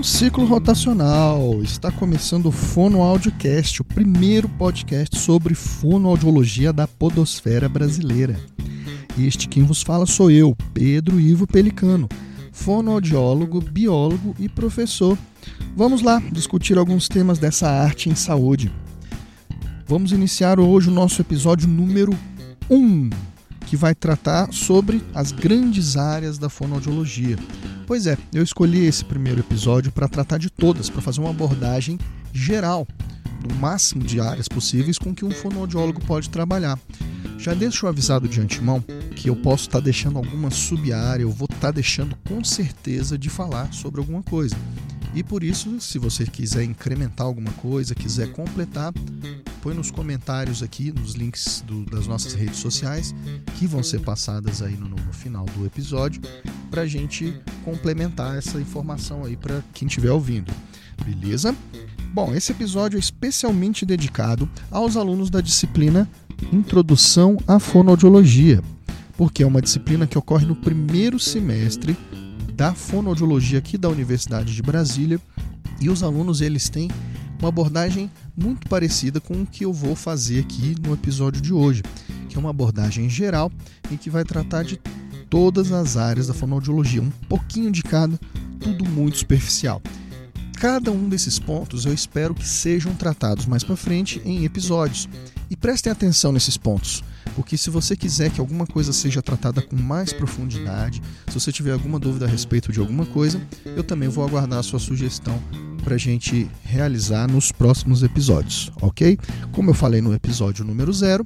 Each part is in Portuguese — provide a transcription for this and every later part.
um ciclo rotacional. Está começando o Fonoaudiocast, o primeiro podcast sobre fonoaudiologia da podosfera brasileira. Este quem vos fala sou eu, Pedro Ivo Pelicano, fonoaudiólogo, biólogo e professor. Vamos lá discutir alguns temas dessa arte em saúde. Vamos iniciar hoje o nosso episódio número 1, que vai tratar sobre as grandes áreas da fonoaudiologia. Pois é, eu escolhi esse primeiro episódio para tratar de todas, para fazer uma abordagem geral, do máximo de áreas possíveis com que um fonoaudiólogo pode trabalhar. Já deixo avisado de antemão que eu posso estar deixando alguma sub-área, eu vou estar deixando com certeza de falar sobre alguma coisa. E por isso, se você quiser incrementar alguma coisa, quiser completar, põe nos comentários aqui, nos links das nossas redes sociais, que vão ser passadas aí no final do episódio, para a gente complementar essa informação aí para quem estiver ouvindo. Beleza? Bom, esse episódio é especialmente dedicado aos alunos da disciplina Introdução à Fonoaudiologia, porque é uma disciplina que ocorre no primeiro semestre da fonoaudiologia aqui da Universidade de Brasília, e os alunos eles têm uma abordagem muito parecida com o que eu vou fazer aqui no episódio de hoje, que é uma abordagem geral em que vai tratar de todas as áreas da fonoaudiologia, um pouquinho de cada, tudo muito superficial. Cada um desses pontos eu espero que sejam tratados mais para frente em episódios. E prestem atenção nesses pontos, porque se você quiser que alguma coisa seja tratada com mais profundidade, se você tiver alguma dúvida a respeito de alguma coisa, eu também vou aguardar a sua sugestão para a gente realizar nos próximos episódios, ok? Como eu falei no episódio número 0,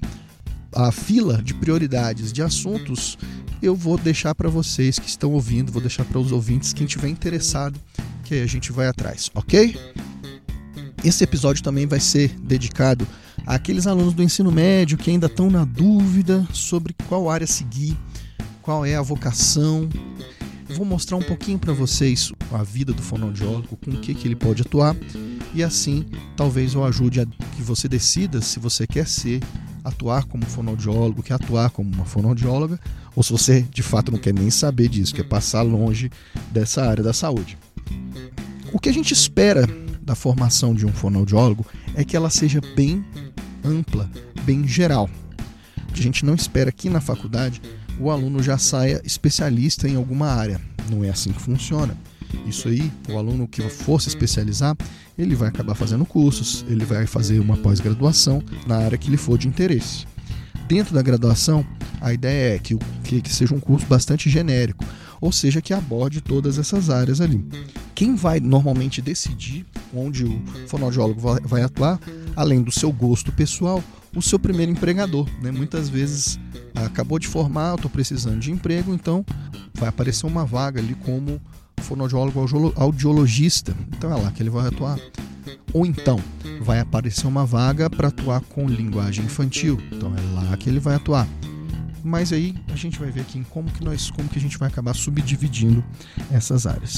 a fila de prioridades de assuntos eu vou deixar para vocês que estão ouvindo, vou deixar para os ouvintes, quem tiver interessado, que aí a gente vai atrás, ok? Esse episódio também vai ser dedicado àqueles alunos do ensino médio que ainda estão na dúvida sobre qual área seguir, qual é a vocação. Vou mostrar um pouquinho para vocês a vida do fonoaudiólogo, com o que ele pode atuar, e assim talvez eu ajude a que você decida se você quer atuar como fonoaudiólogo, quer atuar como uma fonoaudióloga, ou se você de fato não quer nem saber disso, quer passar longe dessa área da saúde. O que a gente espera da formação de um fonoaudiólogo é que ela seja bem ampla, bem geral. A gente não espera que na faculdade o aluno já saia especialista em alguma área. Não é assim que funciona. Isso aí, o aluno que for se especializar, ele vai acabar fazendo cursos, ele vai fazer uma pós-graduação na área que lhe for de interesse. Dentro da graduação, a ideia é que seja um curso bastante genérico, ou seja, que aborde todas essas áreas ali. Quem vai normalmente decidir onde o fonoaudiólogo vai atuar, além do seu gosto pessoal, o seu primeiro empregador, né? Muitas vezes acabou de formar, estou precisando de emprego, então vai aparecer uma vaga ali como fonoaudiólogo audiologista, então é lá que ele vai atuar. Ou então vai aparecer uma vaga para atuar com linguagem infantil, então é lá que ele vai atuar. Mas aí a gente vai ver aqui em como que a gente vai acabar subdividindo essas áreas.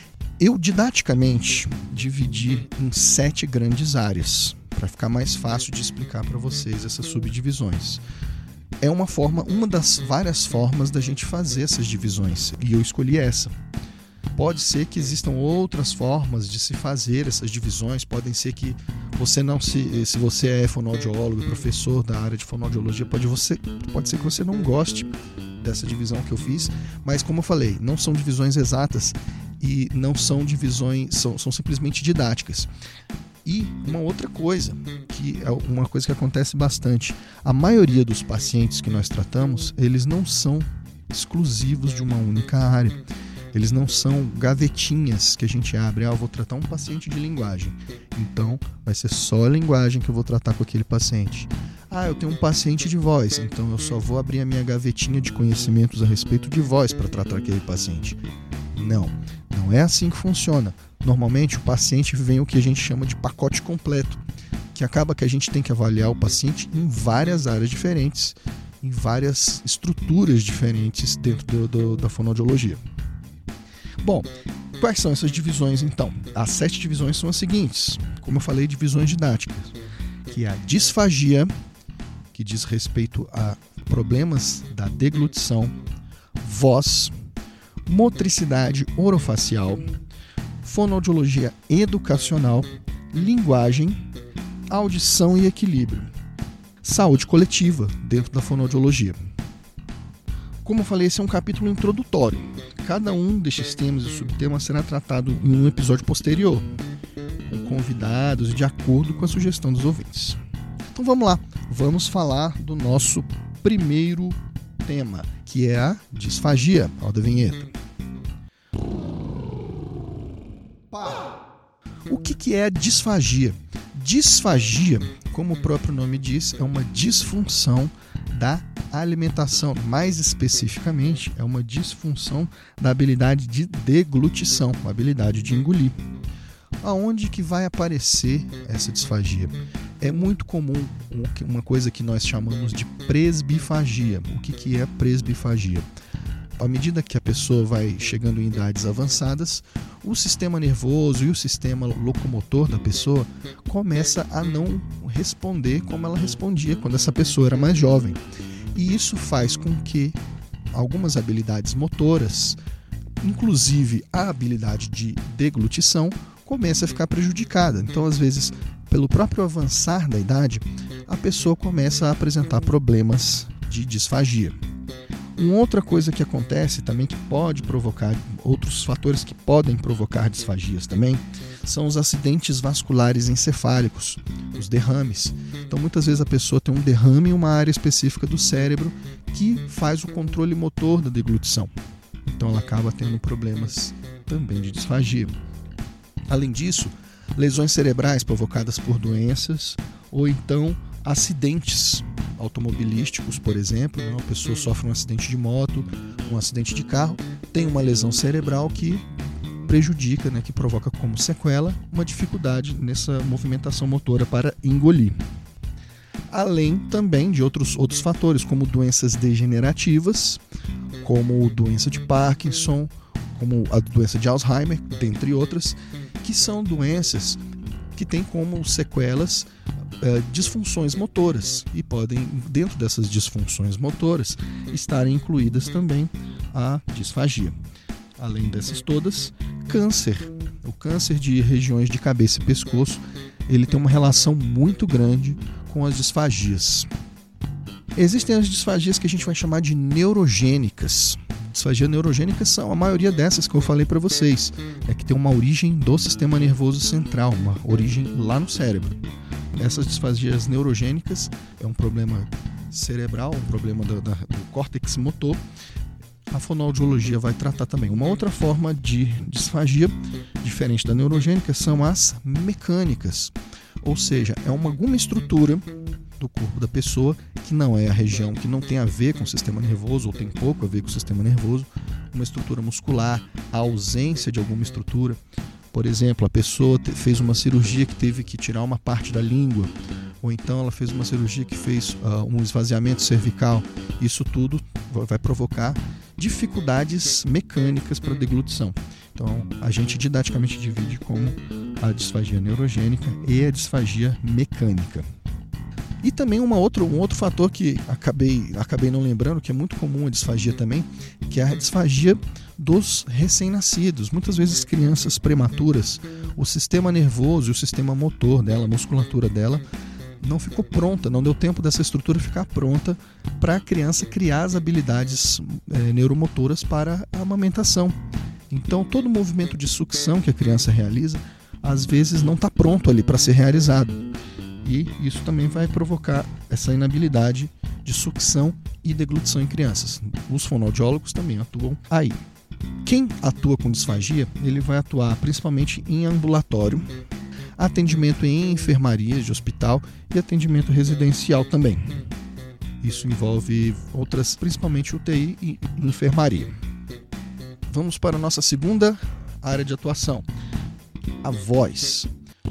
Eu didaticamente dividi em 7 grandes áreas, para ficar mais fácil de explicar para vocês essas subdivisões. É uma das várias formas da gente fazer essas divisões, e eu escolhi essa. Pode ser que existam outras formas de se fazer essas divisões, podem ser que você não se você é fonoaudiólogo, professor da área de fonoaudiologia, pode ser que você não goste dessa divisão que eu fiz, mas como eu falei, não são divisões exatas e não são divisões, são simplesmente didáticas. E uma outra coisa, que é uma coisa que acontece bastante, a maioria dos pacientes que nós tratamos, eles não são exclusivos de uma única área. Eles não são gavetinhas que a gente abre. Eu vou tratar um paciente de linguagem, então vai ser só a linguagem que eu vou tratar com aquele paciente. Eu tenho um paciente de voz, então eu só vou abrir a minha gavetinha de conhecimentos a respeito de voz para tratar aquele paciente. Não é assim que funciona. Normalmente o paciente vem o que a gente chama de pacote completo, que acaba que a gente tem que avaliar o paciente em várias áreas diferentes, em várias estruturas diferentes dentro da fonoaudiologia. Bom, quais são essas divisões então? As 7 divisões são as seguintes, como eu falei, divisões didáticas, que é a disfagia, que diz respeito a problemas da deglutição, voz, motricidade orofacial, fonoaudiologia educacional, linguagem, audição e equilíbrio. Saúde coletiva dentro da fonoaudiologia. Como eu falei, esse é um capítulo introdutório. Cada um destes temas e subtemas será tratado em um episódio posterior, com convidados e de acordo com a sugestão dos ouvintes. Então vamos lá, vamos falar do nosso primeiro tema, que é a disfagia. Roda a vinheta. O que é a disfagia? Disfagia, como o próprio nome diz, é uma disfunção da alimentação. Mais especificamente, é uma disfunção da habilidade de deglutição, a habilidade de engolir. Aonde que vai aparecer essa disfagia? É muito comum uma coisa que nós chamamos de presbifagia. O que é presbifagia? À medida que a pessoa vai chegando em idades avançadas, o sistema nervoso e o sistema locomotor da pessoa começa a não responder como ela respondia quando essa pessoa era mais jovem. E isso faz com que algumas habilidades motoras, inclusive a habilidade de deglutição, comece a ficar prejudicada. Então, às vezes, pelo próprio avançar da idade, a pessoa começa a apresentar problemas de disfagia. Uma outra coisa que acontece também, que pode provocar, outros fatores que podem provocar disfagias também, são os acidentes vasculares encefálicos, os derrames. Então, muitas vezes a pessoa tem um derrame em uma área específica do cérebro que faz o controle motor da deglutição. Então, ela acaba tendo problemas também de disfagia. Além disso, lesões cerebrais provocadas por doenças ou então acidentes automobilísticos, por exemplo, uma pessoa sofre um acidente de moto, um acidente de carro, tem uma lesão cerebral que prejudica, que provoca como sequela uma dificuldade nessa movimentação motora para engolir. Além também de outros fatores, como doenças degenerativas, como doença de Parkinson, como a doença de Alzheimer, dentre outras, que são doenças que têm como sequelas disfunções motoras e podem, dentro dessas disfunções motoras, estarem incluídas também a disfagia. Além dessas todas, câncer. O câncer de regiões de cabeça e pescoço, ele tem uma relação muito grande com as disfagias. Existem as disfagias que a gente vai chamar de neurogênicas. Disfagia neurogênica são a maioria dessas que eu falei para vocês, que tem uma origem do sistema nervoso central, uma origem lá no cérebro. Essas disfagias neurogênicas é um problema cerebral, um problema do córtex motor. A fonoaudiologia vai tratar também. Uma outra forma de disfagia, diferente da neurogênica, são as mecânicas. Ou seja, é alguma estrutura do corpo da pessoa que não é a região, que não tem a ver com o sistema nervoso, ou tem pouco a ver com o sistema nervoso, uma estrutura muscular, a ausência de alguma estrutura. Por exemplo, a pessoa fez uma cirurgia que teve que tirar uma parte da língua, ou então ela fez uma cirurgia que fez um esvaziamento cervical. Isso tudo vai provocar dificuldades mecânicas para a deglutição. Então, a gente didaticamente divide como a disfagia neurogênica e a disfagia mecânica. E também um outro fator que acabei não lembrando, que é muito comum a disfagia também, que é a disfagia dos recém-nascidos. Muitas vezes crianças prematuras, o sistema nervoso e o sistema motor dela, a musculatura dela, não ficou pronta, não deu tempo dessa estrutura ficar pronta para a criança criar as habilidades neuromotoras para a amamentação. Então, todo movimento de sucção que a criança realiza, às vezes não está pronto ali para ser realizado. E isso também vai provocar essa inabilidade de sucção e deglutição em crianças. Os fonoaudiólogos também atuam aí. Quem atua com disfagia, ele vai atuar principalmente em ambulatório, atendimento em enfermarias de hospital e atendimento residencial também. Isso envolve outras, principalmente UTI e enfermaria. Vamos para a nossa segunda área de atuação, a voz.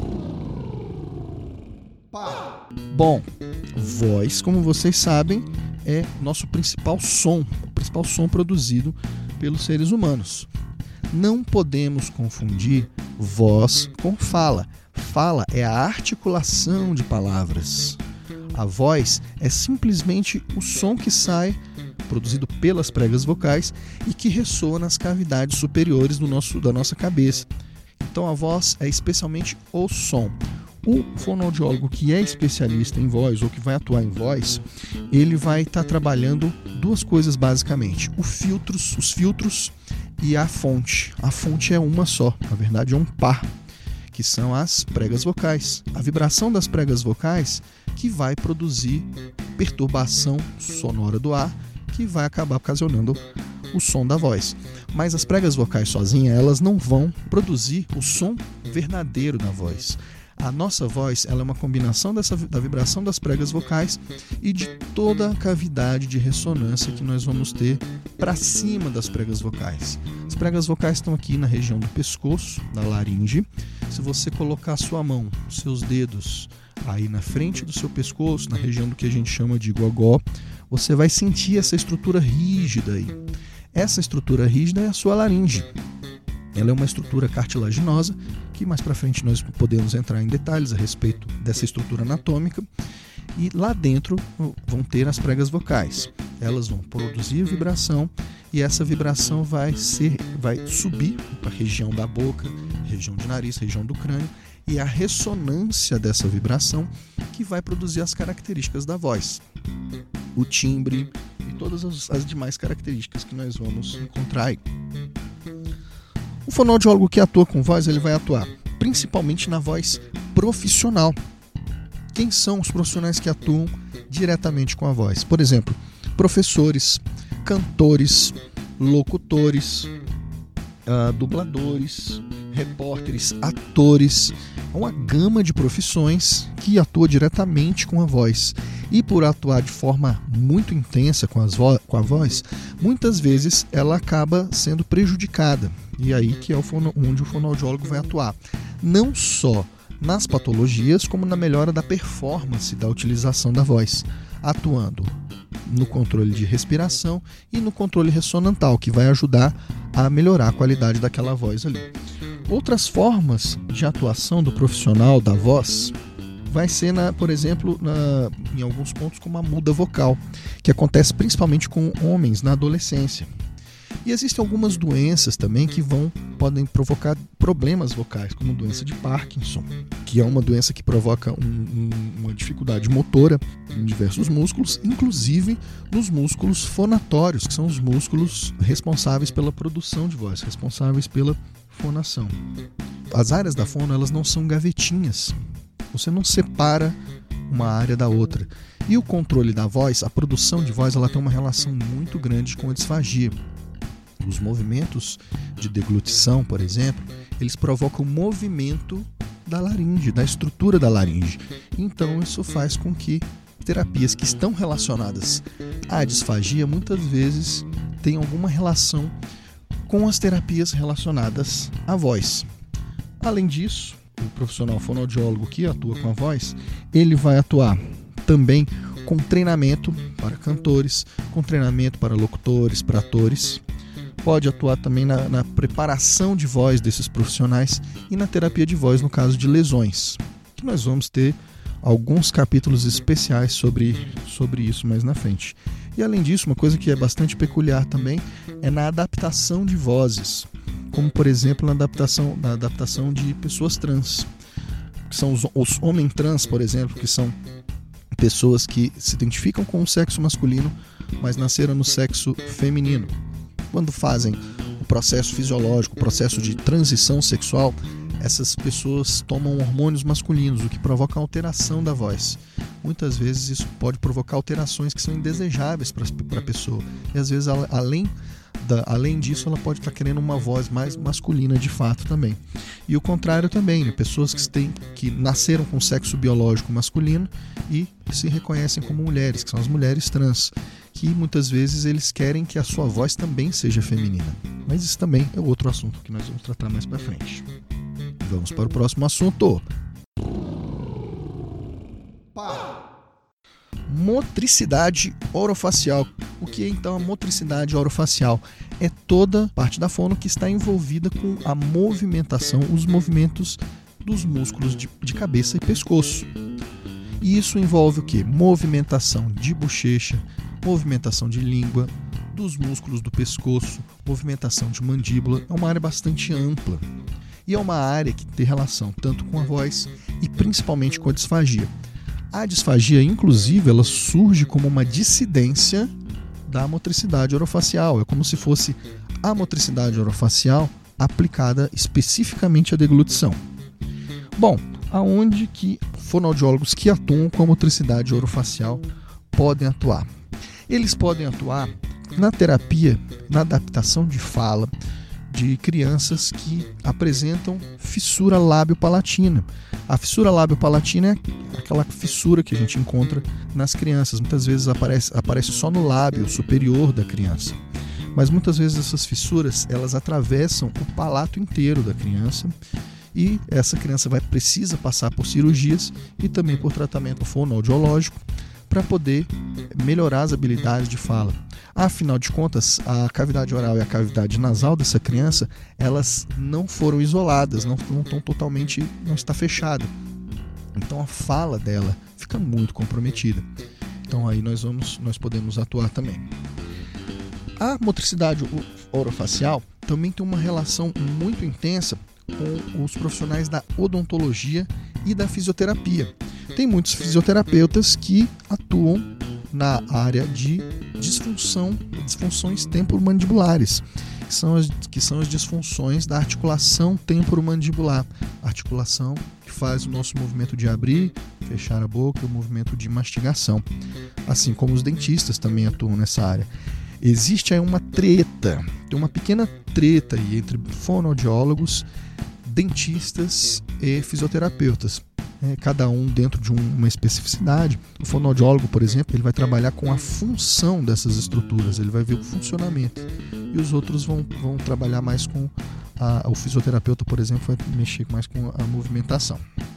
Bom, voz, como vocês sabem, é nosso principal som, o principal som produzido pelos seres humanos. Não podemos confundir voz com fala. Fala é a articulação de palavras. A voz é simplesmente o som que sai, produzido pelas pregas vocais e que ressoa nas cavidades superiores da nossa cabeça, Então a voz é especialmente o som. O fonoaudiólogo que é especialista em voz ou que vai atuar em voz, ele vai estar trabalhando duas coisas basicamente: os filtros e a fonte. A fonte é uma só, na verdade é um par, que são as pregas vocais. A vibração das pregas vocais que vai produzir perturbação sonora do ar, que vai acabar ocasionando o som da voz. Mas as pregas vocais sozinhas, elas não vão produzir o som verdadeiro da voz. A nossa voz, ela é uma combinação da vibração das pregas vocais e de toda a cavidade de ressonância que nós vamos ter para cima das pregas vocais. As pregas vocais estão aqui na região do pescoço, da laringe. Se você colocar a sua mão, seus dedos aí na frente do seu pescoço, na região do que a gente chama de gogó, você vai sentir essa estrutura rígida aí. Essa estrutura rígida é a sua laringe. Ela é uma estrutura cartilaginosa, que mais para frente nós podemos entrar em detalhes a respeito dessa estrutura anatômica. E lá dentro vão ter as pregas vocais. Elas vão produzir vibração e essa vibração vai subir para a região da boca, região de nariz, região do crânio, e a ressonância dessa vibração que vai produzir as características da voz, o timbre e todas as demais características que nós vamos encontrar aí. O fonoaudiólogo que atua com voz, ele vai atuar principalmente na voz profissional. Quem são os profissionais que atuam diretamente com a voz? Por exemplo, professores, cantores, locutores, dubladores, repórteres, atores. É uma gama de profissões que atua diretamente com a voz. E por atuar de forma muito intensa com a voz, muitas vezes ela acaba sendo prejudicada. E aí que é onde o fonoaudiólogo vai atuar. Não só nas patologias, como na melhora da performance da utilização da voz, atuando no controle de respiração e no controle ressonantal, que vai ajudar a melhorar a qualidade daquela voz ali. Outras formas de atuação do profissional da voz vai ser, por exemplo, em alguns pontos como a muda vocal, que acontece principalmente com homens na adolescência. E existem algumas doenças também que podem provocar problemas vocais, como a doença de Parkinson, que é uma doença que provoca uma dificuldade motora em diversos músculos, inclusive nos músculos fonatórios, que são os músculos responsáveis pela produção de voz, responsáveis pela fonação. As áreas da fono, elas não são gavetinhas. Você não separa uma área da outra. E o controle da voz, a produção de voz, ela tem uma relação muito grande com a disfagia. Os movimentos de deglutição, por exemplo, eles provocam movimento da laringe, da estrutura da laringe. Então isso faz com que terapias que estão relacionadas à disfagia muitas vezes tenham alguma relação com as terapias relacionadas à voz. Além disso, o profissional fonoaudiólogo que atua com a voz, ele vai atuar também com treinamento para cantores, com treinamento para locutores, para atores. Pode atuar também na preparação de voz desses profissionais e na terapia de voz no caso de lesões, que nós vamos ter alguns capítulos especiais sobre isso mais na frente. E além disso, uma coisa que é bastante peculiar também é na adaptação de vozes, como por exemplo na adaptação de pessoas trans, que são os homens trans, por exemplo, que são pessoas que se identificam com o sexo masculino, mas nasceram no sexo feminino. Quando fazem o processo fisiológico, o processo de transição sexual, essas pessoas tomam hormônios masculinos, o que provoca alteração da voz. Muitas vezes isso pode provocar alterações que são indesejáveis para a pessoa. E às vezes, além disso, ela pode estar querendo uma voz mais masculina de fato também. E o contrário também, né? Pessoas que nasceram com sexo biológico masculino e se reconhecem como mulheres, que são as mulheres trans, que muitas vezes eles querem que a sua voz também seja feminina. Mas isso também é outro assunto que nós vamos tratar mais para frente. Vamos para o próximo assunto. Motricidade orofacial. O que é então a motricidade orofacial? É toda parte da fono que está envolvida com a movimentação, os movimentos dos músculos de cabeça e pescoço. E isso envolve o quê? Movimentação de bochecha, movimentação de língua, dos músculos do pescoço, movimentação de mandíbula. É uma área bastante ampla. e é uma área que tem relação tanto com a voz e principalmente com a disfagia. A disfagia, inclusive, ela surge como uma dissidência da motricidade orofacial. É como se fosse a motricidade orofacial aplicada especificamente à deglutição. Bom, aonde que fonoaudiólogos que atuam com a motricidade orofacial podem atuar? Eles podem atuar na terapia, na adaptação de fala de crianças que apresentam fissura lábio-palatina. A fissura lábio-palatina é aquela fissura que a gente encontra nas crianças. Muitas vezes aparece só no lábio superior da criança. Mas muitas vezes essas fissuras elas atravessam o palato inteiro da criança e essa criança precisa passar por cirurgias e também por tratamento fonoaudiológico para poder melhorar as habilidades de fala. Afinal de contas, a cavidade oral e a cavidade nasal dessa criança, elas não foram isoladas, não estão totalmente, não está fechada. Então a fala dela fica muito comprometida. Então aí nós podemos atuar também. A motricidade orofacial também tem uma relação muito intensa com os profissionais da odontologia e da fisioterapia. Tem muitos fisioterapeutas que atuam na área de disfunções temporomandibulares, que são as disfunções da articulação temporomandibular, a articulação que faz o nosso movimento de abrir, fechar a boca e o movimento de mastigação. Assim como os dentistas também atuam nessa área. Existe aí uma treta, tem uma pequena treta aí entre fonoaudiólogos, dentistas e fisioterapeutas. Cada um dentro de uma especificidade. O fonoaudiólogo, por exemplo, ele vai trabalhar com a função dessas estruturas, ele vai ver o funcionamento. E os outros vão trabalhar mais com o fisioterapeuta, por exemplo, vai mexer mais com a movimentação.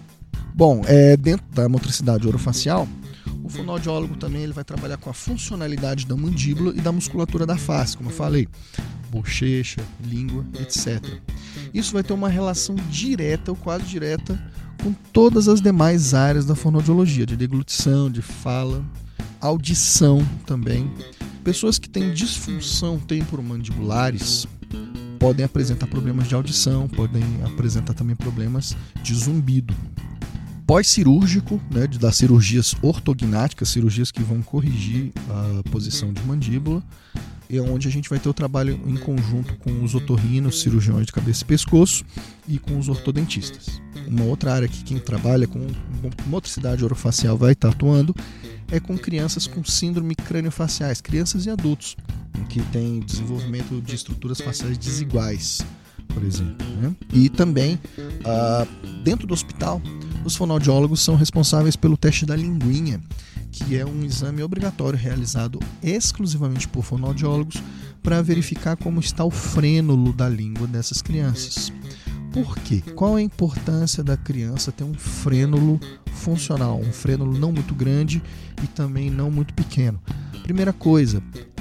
Bom, dentro da motricidade orofacial, o fonoaudiólogo também ele vai trabalhar com a funcionalidade da mandíbula e da musculatura da face, como eu falei, bochecha, língua, etc. Isso vai ter uma relação direta ou quase direta com todas as demais áreas da fonoaudiologia, de deglutição, de fala, audição também. Pessoas que têm disfunção temporomandibulares podem apresentar problemas de audição, podem apresentar também problemas de zumbido. Pós-cirúrgico, né, das cirurgias ortognáticas, cirurgias que vão corrigir a posição de mandíbula, é onde a gente vai ter o trabalho em conjunto com os otorrinos, cirurgiões de cabeça e pescoço, e com os ortodontistas. Uma outra área que quem trabalha com motricidade orofacial vai estar atuando é com crianças com síndrome crâniofaciais, crianças e adultos, que têm desenvolvimento de estruturas faciais desiguais, por exemplo. Né? E também, dentro do hospital, os fonoaudiólogos são responsáveis pelo teste da linguinha, que é um exame obrigatório realizado exclusivamente por fonoaudiólogos para verificar como está o frênulo da língua dessas crianças. Por quê? Qual a importância da criança ter um frênulo funcional, um frênulo não muito grande e também não muito pequeno? Primeira coisa,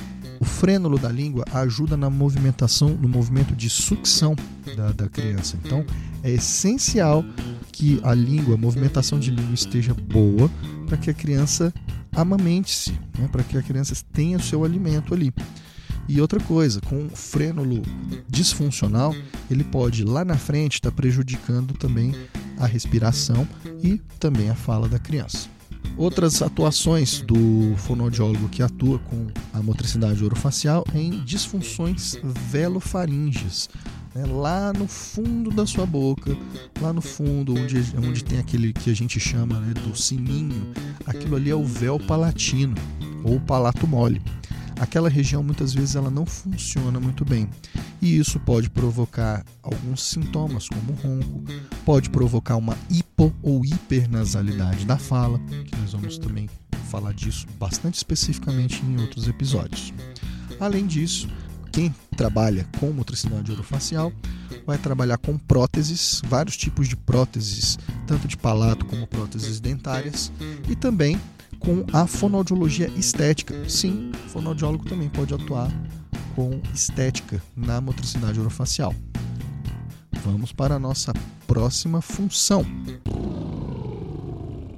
o frênulo da língua ajuda na movimentação, no movimento de sucção da criança. Então, é essencial que a movimentação de língua esteja boa para que a criança amamente-se, né? Para que a criança tenha o seu alimento ali. E outra coisa, com o frênulo disfuncional, ele pode lá na frente estar prejudicando também a respiração e também a fala da criança. Outras atuações do fonoaudiólogo que atua com a motricidade orofacial é em disfunções velofaríngeas, né? Lá no fundo da sua boca, lá no fundo, onde tem aquele que a gente chama, né, do sininho, aquilo ali é o véu palatino ou palato mole. Aquela região muitas vezes ela não funciona muito bem e isso pode provocar alguns sintomas como ronco, pode provocar uma hipo ou hipernasalidade da fala, que nós vamos também falar disso bastante especificamente em outros episódios. Além disso, quem trabalha com motricidade orofacial vai trabalhar com próteses, vários tipos de próteses, tanto de palato como próteses dentárias, e também com a fonoaudiologia estética. Sim, o fonoaudiólogo também pode atuar com estética na motricidade orofacial. Vamos para a nossa próxima função.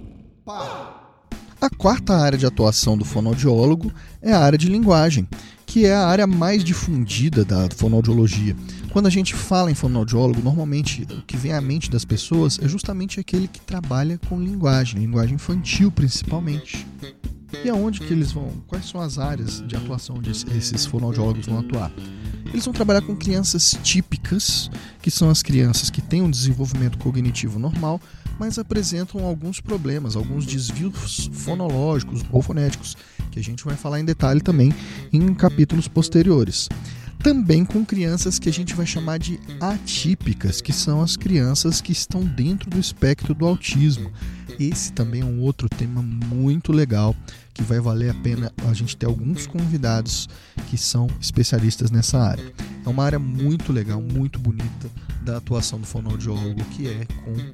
A quarta área de atuação do fonoaudiólogo é a área de linguagem, que que é a área mais difundida da fonoaudiologia. Quando a gente fala em fonoaudiólogo, normalmente o que vem à mente das pessoas é justamente aquele que trabalha com linguagem infantil principalmente. E aonde que eles vão? Quais são as áreas de atuação onde esses fonoaudiólogos vão atuar? Eles vão trabalhar com crianças típicas, que são as crianças que têm um desenvolvimento cognitivo normal, mas apresentam alguns problemas, alguns desvios fonológicos ou fonéticos, que a gente vai falar em detalhe também em capítulos posteriores. Também com crianças que a gente vai chamar de atípicas, que são as crianças que estão dentro do espectro do autismo. Esse também é um outro tema muito legal, que vai valer a pena a gente ter alguns convidados que são especialistas nessa área. É uma área muito legal, muito bonita da atuação do fonoaudiólogo, que é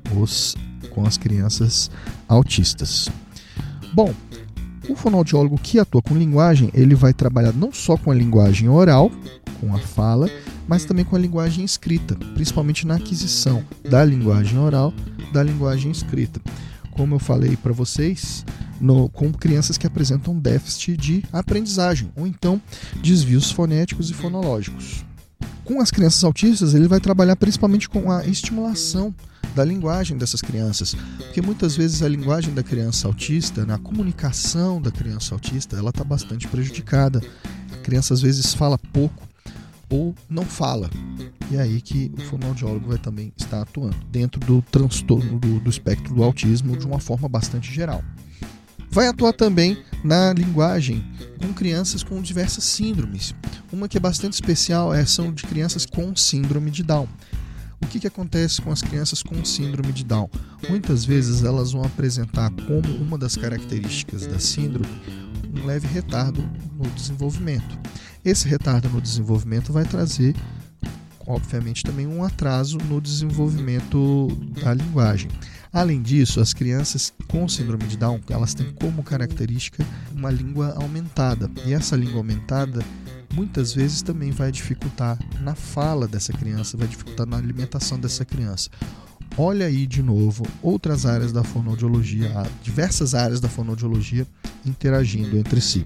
com as crianças autistas. Bom, o fonoaudiólogo que atua com linguagem, ele vai trabalhar não só com a linguagem oral, com a fala, mas também com a linguagem escrita, principalmente na aquisição da linguagem oral, da linguagem escrita. Como eu falei para vocês, com crianças que apresentam déficit de aprendizagem, ou então desvios fonéticos e fonológicos. Com as crianças autistas, ele vai trabalhar principalmente com a estimulação da linguagem dessas crianças, porque muitas vezes a linguagem da criança autista, na comunicação da criança autista, ela está bastante prejudicada. A criança às vezes fala pouco ou não fala. E é aí que o fonoaudiólogo vai também estar atuando, dentro do transtorno do espectro do autismo de uma forma bastante geral. Vai atuar também na linguagem com crianças com diversas síndromes. Uma que é bastante especial são de crianças com síndrome de Down. O que acontece com as crianças com síndrome de Down? Muitas vezes elas vão apresentar como uma das características da síndrome um leve retardo no desenvolvimento. Esse retardo no desenvolvimento vai trazer, obviamente, também um atraso no desenvolvimento da linguagem. Além disso, as crianças com síndrome de Down, elas têm como característica uma língua aumentada. E essa língua aumentada, muitas vezes, também vai dificultar na fala dessa criança, vai dificultar na alimentação dessa criança. Olha aí, de novo, outras áreas da fonoaudiologia, diversas áreas da fonoaudiologia interagindo entre si.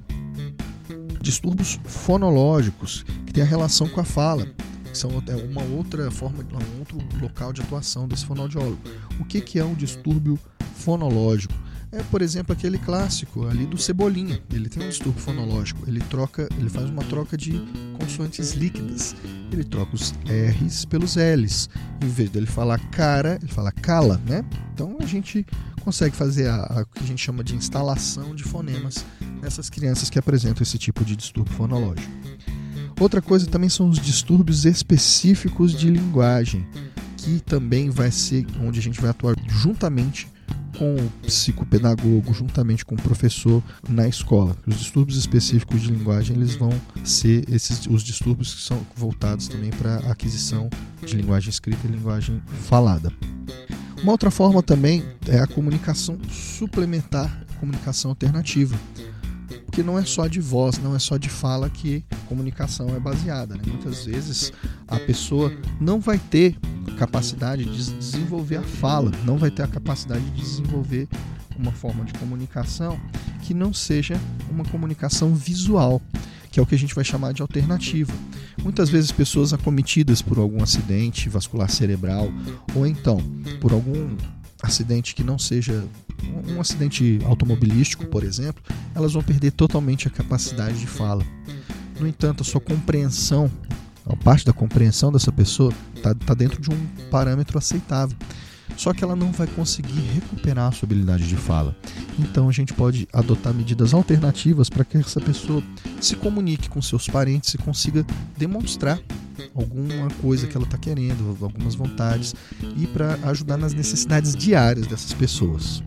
Distúrbios fonológicos, que tem a relação com a fala, que são uma outra forma, um outro local de atuação desse fonoaudiólogo. O que é um distúrbio fonológico? É, por exemplo, aquele clássico ali do Cebolinha. Ele tem um distúrbio fonológico, ele faz uma troca de consoantes líquidas. Ele troca os R's pelos L's. Em vez dele falar cara, ele fala cala, né? Então a gente consegue fazer o que a gente chama de instalação de fonemas nessas crianças que apresentam esse tipo de distúrbio fonológico. Outra coisa também são os distúrbios específicos de linguagem, que também vai ser onde a gente vai atuar juntamente com o psicopedagogo, juntamente com o professor na escola. Os distúrbios específicos de linguagem, eles vão ser os distúrbios que são voltados também para a aquisição de linguagem escrita e linguagem falada. Uma outra forma também é a comunicação suplementar, comunicação alternativa. Porque não é só de voz, não é só de fala que comunicação é baseada, né? Muitas vezes a pessoa não vai ter capacidade de desenvolver a fala, não vai ter a capacidade de desenvolver uma forma de comunicação que não seja uma comunicação visual, que é o que a gente vai chamar de alternativa. Muitas vezes pessoas acometidas por algum acidente vascular cerebral ou então por algum acidente que não seja um acidente automobilístico, por exemplo, elas vão perder totalmente a capacidade de fala. No entanto, a sua compreensão, a parte da compreensão dessa pessoa está dentro de um parâmetro aceitável. Só que ela não vai conseguir recuperar a sua habilidade de fala. Então a gente pode adotar medidas alternativas para que essa pessoa se comunique com seus parentes e consiga demonstrar alguma coisa que ela está querendo, algumas vontades, e para ajudar nas necessidades diárias dessas pessoas.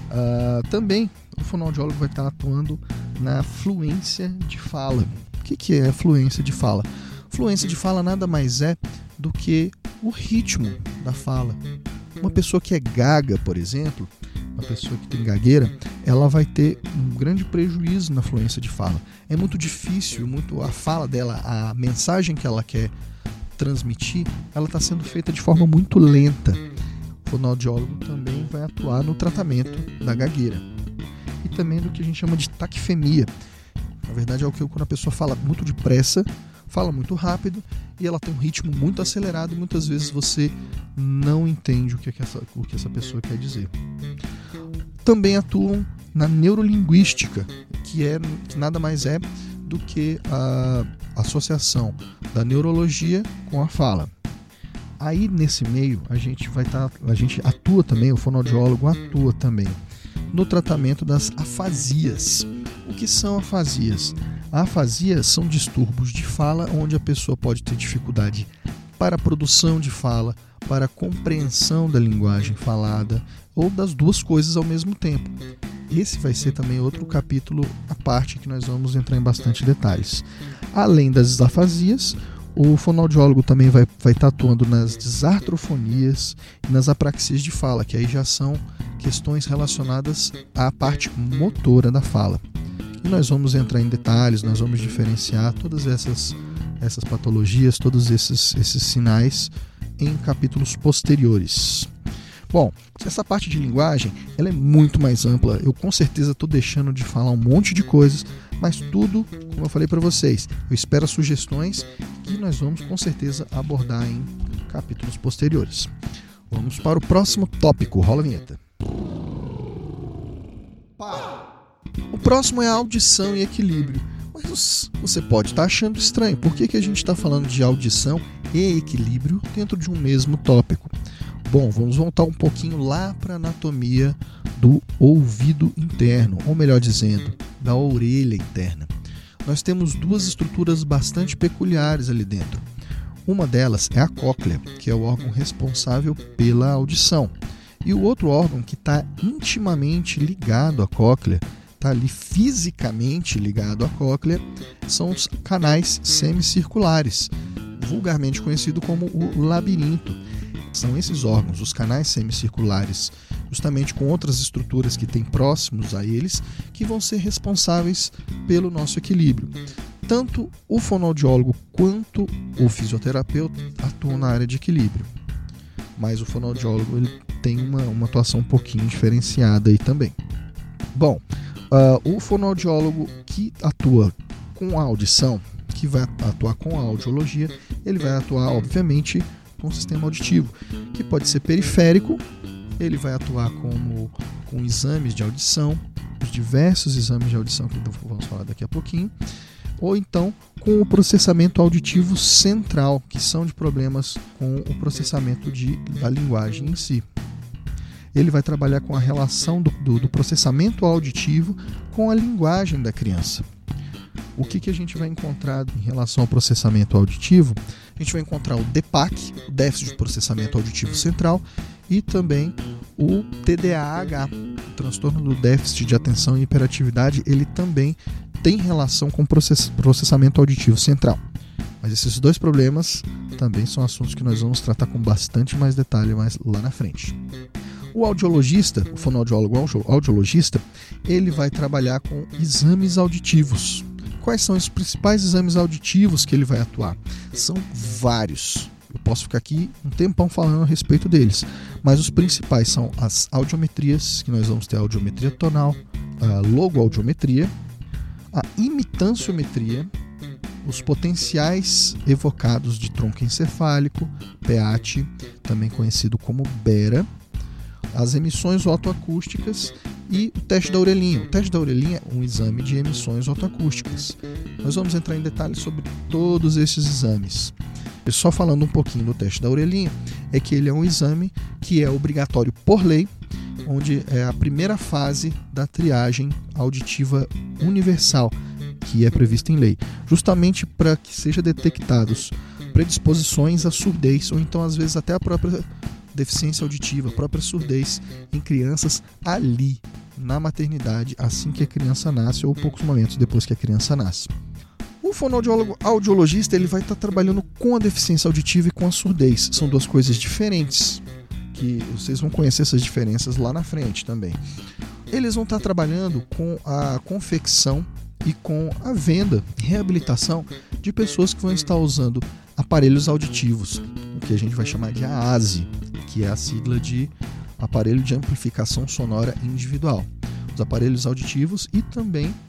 Também o fonoaudiólogo vai estar atuando na fluência de fala. O que é fluência de fala? Fluência de fala nada mais é do que o ritmo da fala. Uma pessoa que é gaga, por exemplo, uma pessoa que tem gagueira, ela vai ter um grande prejuízo na fluência de fala. É muito difícil, a fala dela, a mensagem que ela quer transmitir, ela está sendo feita de forma muito lenta. O fonoaudiólogo também vai atuar no tratamento da gagueira. E também do que a gente chama de taquifemia. Na verdade é quando a pessoa fala muito depressa, fala muito rápido e ela tem um ritmo muito acelerado e muitas vezes você não entende o que essa pessoa quer dizer. Também atuam na neurolinguística, que nada mais é do que a associação da neurologia com a fala. Aí nesse meio a gente atua também, o fonoaudiólogo atua também no tratamento das afasias. O que são afasias? Afasias são distúrbios de fala onde a pessoa pode ter dificuldade para a produção de fala, para a compreensão da linguagem falada ou das duas coisas ao mesmo tempo. Esse vai ser também outro capítulo à parte que nós vamos entrar em bastante detalhes. Além das afasias, o fonoaudiólogo também vai estar atuando nas disartrofonias e nas apraxias de fala, que aí já são questões relacionadas à parte motora da fala. E nós vamos entrar em detalhes, nós vamos diferenciar todas essas patologias, todos esses sinais em capítulos posteriores. Bom, essa parte de linguagem ela é muito mais ampla. Eu com certeza estou deixando de falar um monte de coisas, mas tudo, como eu falei para vocês, eu espero sugestões que nós vamos com certeza abordar em capítulos posteriores. Vamos para o próximo tópico. Rola a vinheta. O próximo é audição e equilíbrio. Mas você pode estar achando estranho. Por que a gente está falando de audição e equilíbrio dentro de um mesmo tópico? Bom, vamos voltar um pouquinho lá para a anatomia do ouvido interno, ou melhor dizendo, da orelha interna. Nós temos duas estruturas bastante peculiares ali dentro. Uma delas é a cóclea, que é o órgão responsável pela audição. E o outro órgão que está intimamente ligado à cóclea, está ali fisicamente ligado à cóclea, são os canais semicirculares, vulgarmente conhecido como o labirinto. São esses órgãos, os canais semicirculares, justamente com outras estruturas que tem próximos a eles, que vão ser responsáveis pelo nosso equilíbrio. Tanto o fonoaudiólogo quanto o fisioterapeuta atuam na área de equilíbrio. Mas o fonoaudiólogo ele tem uma atuação um pouquinho diferenciada aí também. Bom, o fonoaudiólogo que atua com a audição, que vai atuar com a audiologia, ele vai atuar, obviamente, com o sistema auditivo, que pode ser periférico, ele vai atuar com exames de audição, os diversos exames de audição que vamos falar daqui a pouquinho, ou então com o processamento auditivo central, que são de problemas com o processamento da linguagem em si. Ele vai trabalhar com a relação do processamento auditivo com a linguagem da criança. O que a gente vai encontrar em relação ao processamento auditivo? A gente vai encontrar o DPAC, o déficit de processamento auditivo central, e também o TDAH, o transtorno do déficit de atenção e hiperatividade, ele também tem relação com o processamento auditivo central. Mas esses dois problemas também são assuntos que nós vamos tratar com bastante mais detalhe mais lá na frente. O audiologista, o fonoaudiólogo audiologista, ele vai trabalhar com exames auditivos. Quais são os principais exames auditivos que ele vai atuar? São vários. Eu posso ficar aqui um tempão falando a respeito deles, mas os principais são as audiometrias, que nós vamos ter a audiometria tonal, a logoaudiometria, a imitanciometria, os potenciais evocados de tronco encefálico, PEAT, também conhecido como BERA, as emissões otoacústicas e o teste da orelhinha. O teste da orelhinha é um exame de emissões otoacústicas. Nós vamos entrar em detalhes sobre todos esses exames. E só falando um pouquinho do teste da orelhinha, é que ele é um exame que é obrigatório por lei, onde é a primeira fase da triagem auditiva universal, que é prevista em lei, justamente para que sejam detectados predisposições à surdez, ou então às vezes até a própria deficiência auditiva, a própria surdez em crianças ali, na maternidade, assim que a criança nasce ou poucos momentos depois que a criança nasce. O fonoaudiólogo audiologista ele vai estar trabalhando com a deficiência auditiva e com a surdez. São duas coisas diferentes, que vocês vão conhecer essas diferenças lá na frente também. Eles vão estar trabalhando com a confecção e com a venda e reabilitação de pessoas que vão estar usando aparelhos auditivos, o que a gente vai chamar de AASE, que é a sigla de aparelho de amplificação sonora individual. Os aparelhos auditivos e também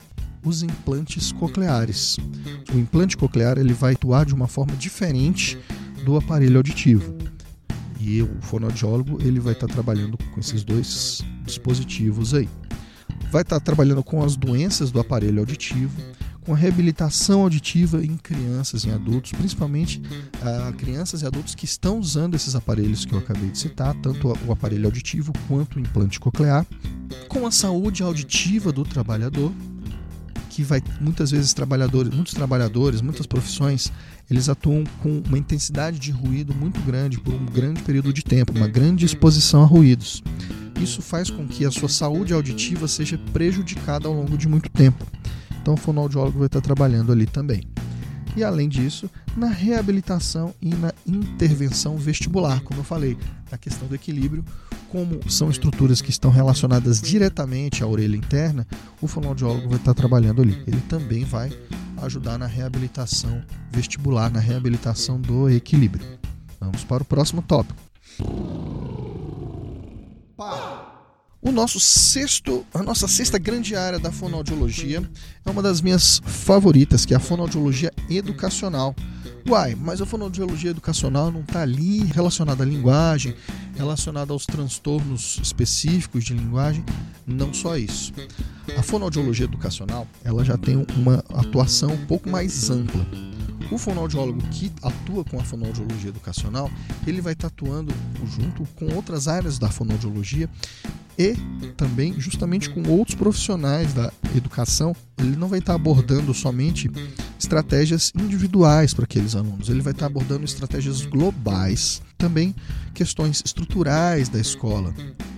os implantes cocleares. O implante coclear ele vai atuar de uma forma diferente do aparelho auditivo. E o fonoaudiólogo ele vai estar trabalhando com esses dois dispositivos aí. Vai estar trabalhando com as doenças do aparelho auditivo, com a reabilitação auditiva em crianças e adultos, principalmente crianças e adultos que estão usando esses aparelhos que eu acabei de citar, tanto o aparelho auditivo quanto o implante coclear, com a saúde auditiva do trabalhador, que vai muitas vezes muitos trabalhadores, muitas profissões, eles atuam com uma intensidade de ruído muito grande por um grande período de tempo, uma grande exposição a ruídos. Isso faz com que a sua saúde auditiva seja prejudicada ao longo de muito tempo. Então o fonoaudiólogo vai estar trabalhando ali também. E além disso, na reabilitação e na intervenção vestibular, como eu falei, na questão do equilíbrio, como são estruturas que estão relacionadas diretamente à orelha interna, o fonoaudiólogo vai estar trabalhando ali. Ele também vai ajudar na reabilitação vestibular, na reabilitação do equilíbrio. Vamos para o próximo tópico. A nossa sexta grande área da fonoaudiologia é uma das minhas favoritas, que é a fonoaudiologia educacional. Mas a fonoaudiologia educacional não está ali relacionada à linguagem, relacionada aos transtornos específicos de linguagem, não só isso. A fonoaudiologia educacional ela já tem uma atuação um pouco mais ampla. O fonoaudiólogo que atua com a fonoaudiologia educacional, ele vai estar atuando junto com outras áreas da fonoaudiologia e também justamente com outros profissionais da educação. Ele não vai estar abordando somente estratégias individuais para aqueles alunos, ele vai estar abordando estratégias globais, também questões estruturais da escola.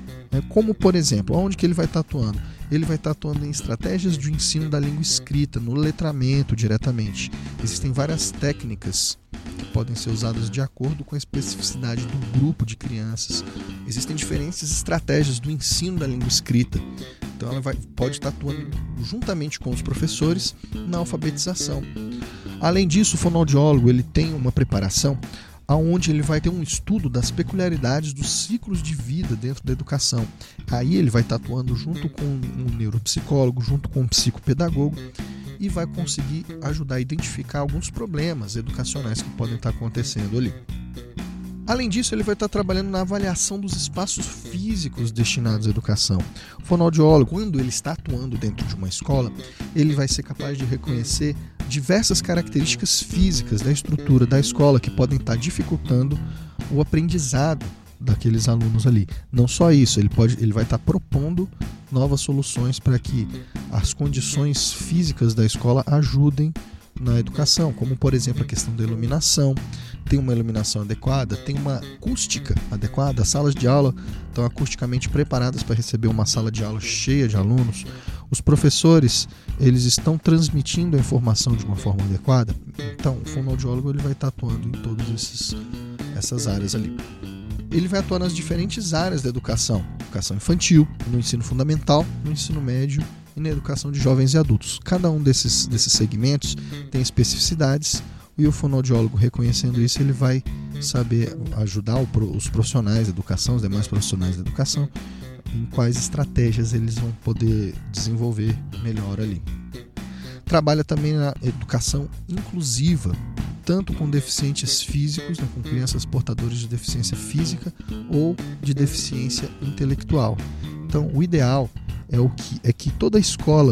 Como, por exemplo, onde que ele vai estar atuando? Ele vai estar atuando em estratégias de ensino da língua escrita, no letramento diretamente. Existem várias técnicas que podem ser usadas de acordo com a especificidade do grupo de crianças. Existem diferentes estratégias do ensino da língua escrita. Então ela pode estar atuando juntamente com os professores na alfabetização. Além disso, o fonoaudiólogo ele tem uma preparação onde ele vai ter um estudo das peculiaridades dos ciclos de vida dentro da educação. Aí ele vai estar atuando junto com um neuropsicólogo, junto com um psicopedagogo, e vai conseguir ajudar a identificar alguns problemas educacionais que podem estar acontecendo ali. Além disso, ele vai estar trabalhando na avaliação dos espaços físicos destinados à educação. O fonoaudiólogo, quando ele está atuando dentro de uma escola, ele vai ser capaz de reconhecer diversas características físicas da estrutura da escola que podem estar dificultando o aprendizado daqueles alunos ali. Não só isso, ele vai estar propondo novas soluções para que as condições físicas da escola ajudem na educação, como por exemplo a questão da iluminação. Tem uma iluminação adequada, tem uma acústica adequada, as salas de aula estão acusticamente preparadas para receber uma sala de aula cheia de alunos, os professores eles estão transmitindo a informação de uma forma adequada. Então o fonoaudiólogo ele vai estar atuando em todas essas áreas ali. Ele vai atuar nas diferentes áreas da educação infantil, no ensino fundamental, no ensino médio e na educação de jovens e adultos. Cada um desses segmentos tem especificidades e o fonoaudiólogo, reconhecendo isso, ele vai saber ajudar os profissionais da educação, os demais profissionais da educação, em quais estratégias eles vão poder desenvolver melhor ali. Trabalha também na educação inclusiva, tanto com deficientes físicos, com crianças portadoras de deficiência física ou de deficiência intelectual. Então, o ideal é que toda escola,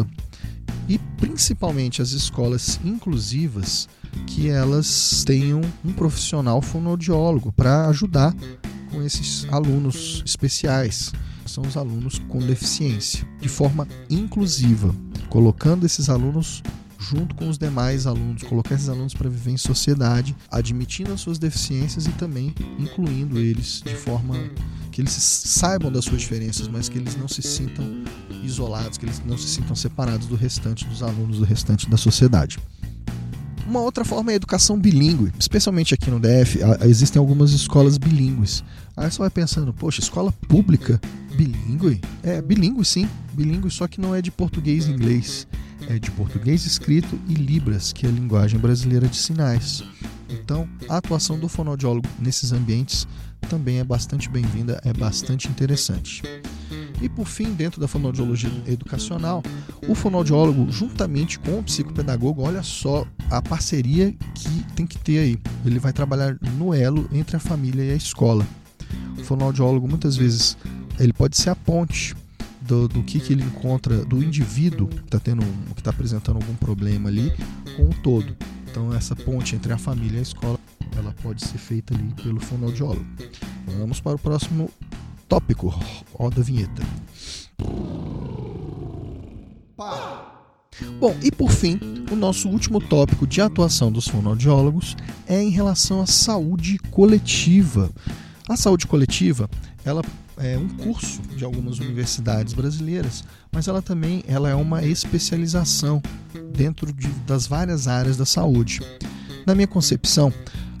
e principalmente as escolas inclusivas, que elas tenham um profissional fonoaudiólogo para ajudar com esses alunos especiais. São os alunos com deficiência, de forma inclusiva, colocando esses alunos junto com os demais alunos, colocar esses alunos para viver em sociedade, admitindo as suas deficiências e também incluindo eles de forma que eles saibam das suas diferenças, mas que eles não se sintam isolados, que eles não se sintam separados do restante dos alunos, do restante da sociedade. Uma outra forma é a educação bilíngue, especialmente aqui no DF, existem algumas escolas bilíngues. Aí você vai pensando, poxa, escola pública bilíngue? Bilíngue sim, bilíngue, só que não é de português e inglês, é de português escrito e Libras, que é a linguagem brasileira de sinais. Então, a atuação do fonoaudiólogo nesses ambientes também é bastante bem-vinda, é bastante interessante. E por fim, dentro da fonoaudiologia educacional, o fonoaudiólogo, juntamente com o psicopedagogo, olha só a parceria que tem que ter aí. Ele vai trabalhar no elo entre a família e a escola. O fonoaudiólogo, muitas vezes, ele pode ser a ponte do que ele encontra do indivíduo que está apresentando algum problema ali com o todo. Então, essa ponte entre a família e a escola, ela pode ser feita ali pelo fonoaudiólogo. Vamos para o próximo tópico. Roda a vinheta. Bom, e por fim, o nosso último tópico de atuação dos fonoaudiólogos é em relação à saúde coletiva. A saúde coletiva, ela é um curso de algumas universidades brasileiras, mas ela é uma especialização dentro das várias áreas da saúde. Na minha concepção,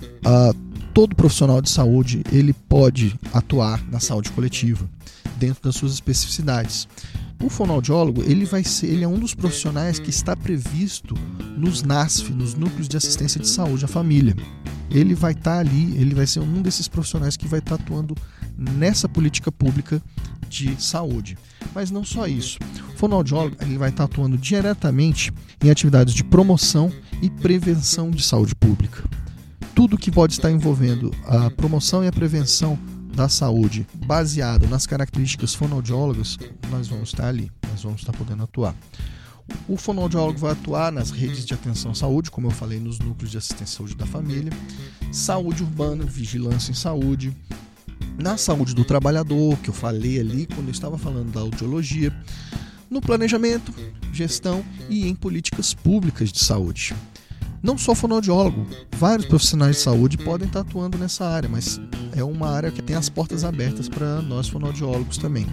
todo profissional de saúde ele pode atuar na saúde coletiva, dentro das suas especificidades. O fonoaudiólogo ele é um dos profissionais que está previsto nos NASF, nos Núcleos de Assistência de Saúde à Família. Ele vai estar ali, ele vai ser um desses profissionais que vai estar atuando nessa política pública de saúde. Mas não só isso. O fonoaudiólogo ele vai estar atuando diretamente em atividades de promoção e prevenção de saúde pública. Tudo que pode estar envolvendo a promoção e a prevenção da saúde, baseado nas características fonoaudiólogas, nós vamos estar ali, nós vamos estar podendo atuar. O fonoaudiólogo vai atuar nas redes de atenção à saúde, como eu falei, nos núcleos de assistência à saúde da família, saúde urbana, vigilância em saúde, na saúde do trabalhador, que eu falei ali quando eu estava falando da audiologia, no planejamento, gestão e em políticas públicas de saúde. Não só fonoaudiólogo, vários profissionais de saúde podem estar atuando nessa área, mas é uma área que tem as portas abertas para nós fonoaudiólogos também.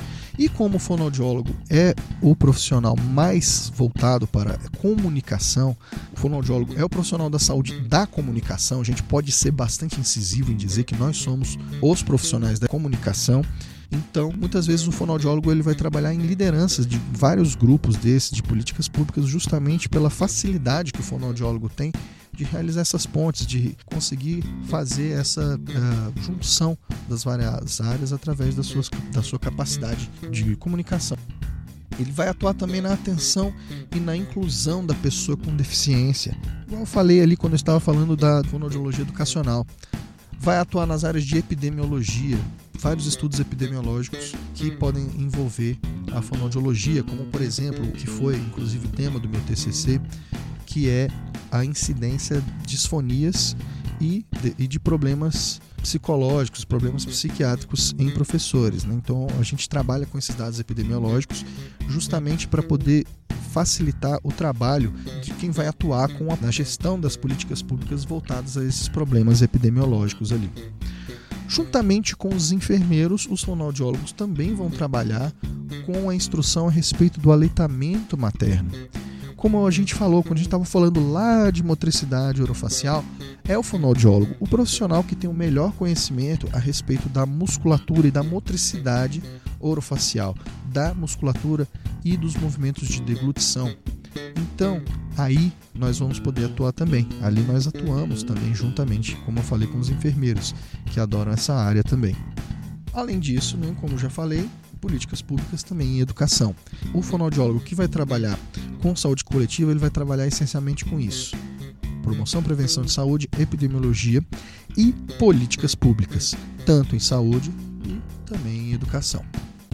E como o fonoaudiólogo é o profissional mais voltado para a comunicação, o fonoaudiólogo é o profissional da saúde da comunicação, a gente pode ser bastante incisivo em dizer que nós somos os profissionais da comunicação. Então, muitas vezes o fonoaudiólogo ele vai trabalhar em lideranças de vários grupos desses, de políticas públicas, justamente pela facilidade que o fonoaudiólogo tem de realizar essas pontes, de conseguir fazer essa junção das várias áreas através da sua capacidade de comunicação. Ele vai atuar também na atenção e na inclusão da pessoa com deficiência, igual eu falei ali quando eu estava falando da fonoaudiologia educacional. Vai atuar nas áreas de epidemiologia, vários estudos epidemiológicos que podem envolver a fonoaudiologia, como por exemplo, o que foi inclusive o tema do meu TCC, que é a incidência de disfonias e de problemas psicológicos, problemas psiquiátricos em professores, né? Então a gente trabalha com esses dados epidemiológicos justamente para poder facilitar o trabalho de quem vai atuar na gestão das políticas públicas voltadas a esses problemas epidemiológicos ali. Juntamente com os enfermeiros, os fonoaudiólogos também vão trabalhar com a instrução a respeito do aleitamento materno. Como a gente falou, quando a gente estava falando lá de motricidade orofacial, é o fonoaudiólogo, o profissional que tem o melhor conhecimento a respeito da musculatura e da motricidade orofacial, da musculatura e dos movimentos de deglutição. Então, aí nós vamos poder atuar também. Ali nós atuamos também juntamente, como eu falei, com os enfermeiros, que adoram essa área também. Além disso, né, como já falei, políticas públicas também em educação. O fonoaudiólogo que vai trabalhar com saúde coletiva, ele vai trabalhar essencialmente com isso. Promoção, prevenção de saúde, epidemiologia e políticas públicas, tanto em saúde e também em educação.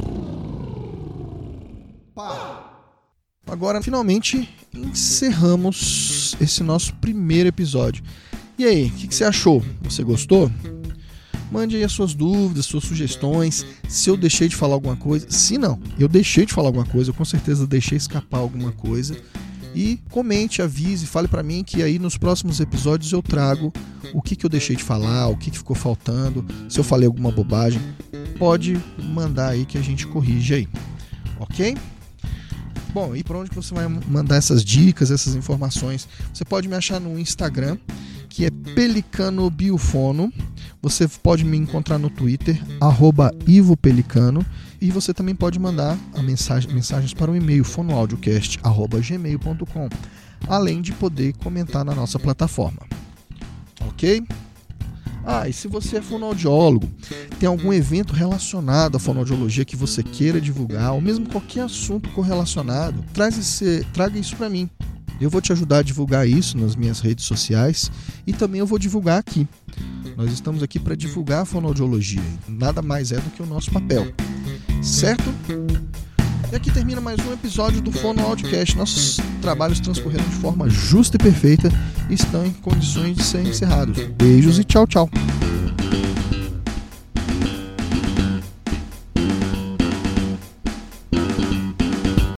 Agora, finalmente, encerramos esse nosso primeiro episódio. E aí, o que você achou? Você gostou? Mande aí as suas dúvidas, suas sugestões, se eu deixei de falar alguma coisa. Se não, eu deixei de falar alguma coisa, eu com certeza deixei escapar alguma coisa. E comente, avise, fale para mim que aí nos próximos episódios eu trago o que eu deixei de falar, o que ficou faltando, se eu falei alguma bobagem. Pode mandar aí que a gente corrige aí, ok? Bom, e para onde que você vai mandar essas dicas, essas informações? Você pode me achar no Instagram, que é PelicanoBiofono. Você pode me encontrar no Twitter, @IvoPelicano. E você também pode mandar mensagens para o e-mail fonoaudiocast@gmail.com, além de poder comentar na nossa plataforma. Ok? E se você é fonoaudiólogo, tem algum evento relacionado à fonoaudiologia que você queira divulgar, ou mesmo qualquer assunto correlacionado, traga isso para mim. Eu vou te ajudar a divulgar isso nas minhas redes sociais e também eu vou divulgar aqui. Nós estamos aqui para divulgar a fonoaudiologia. Nada mais é do que o nosso papel. Certo? E aqui termina mais um episódio do Fono Audiocast. Nossos trabalhos transcorreram de forma justa e perfeita e estão em condições de ser encerrados. Beijos e tchau, tchau.